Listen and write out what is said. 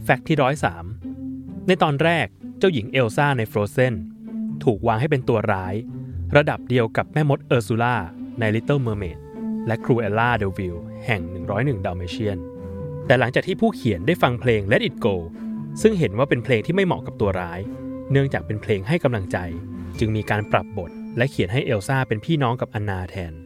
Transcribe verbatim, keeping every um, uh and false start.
แฟกต์ที่หนึ่งร้อยสามในตอนแรกเจ้าหญิงเอลซ่าใน Frozen ถูกวางให้เป็นตัวร้ายระดับเดียวกับแม่มดเออร์ซูล่าใน Little Mermaid และครูเอลล่าเดลวิลแห่งหนึ่งร้อยเอ็ด Dalmatian แต่หลังจากที่ผู้เขียนได้ฟังเพลง Let It Go ซึ่งเห็นว่าเป็นเพลงที่ไม่เหมาะกับตัวร้ายเนื่องจากเป็นเพลงให้กำลังใจจึงมีการปรับบทและเขียนให้เอลซ่าเป็นพี่น้องกับอันนาแทน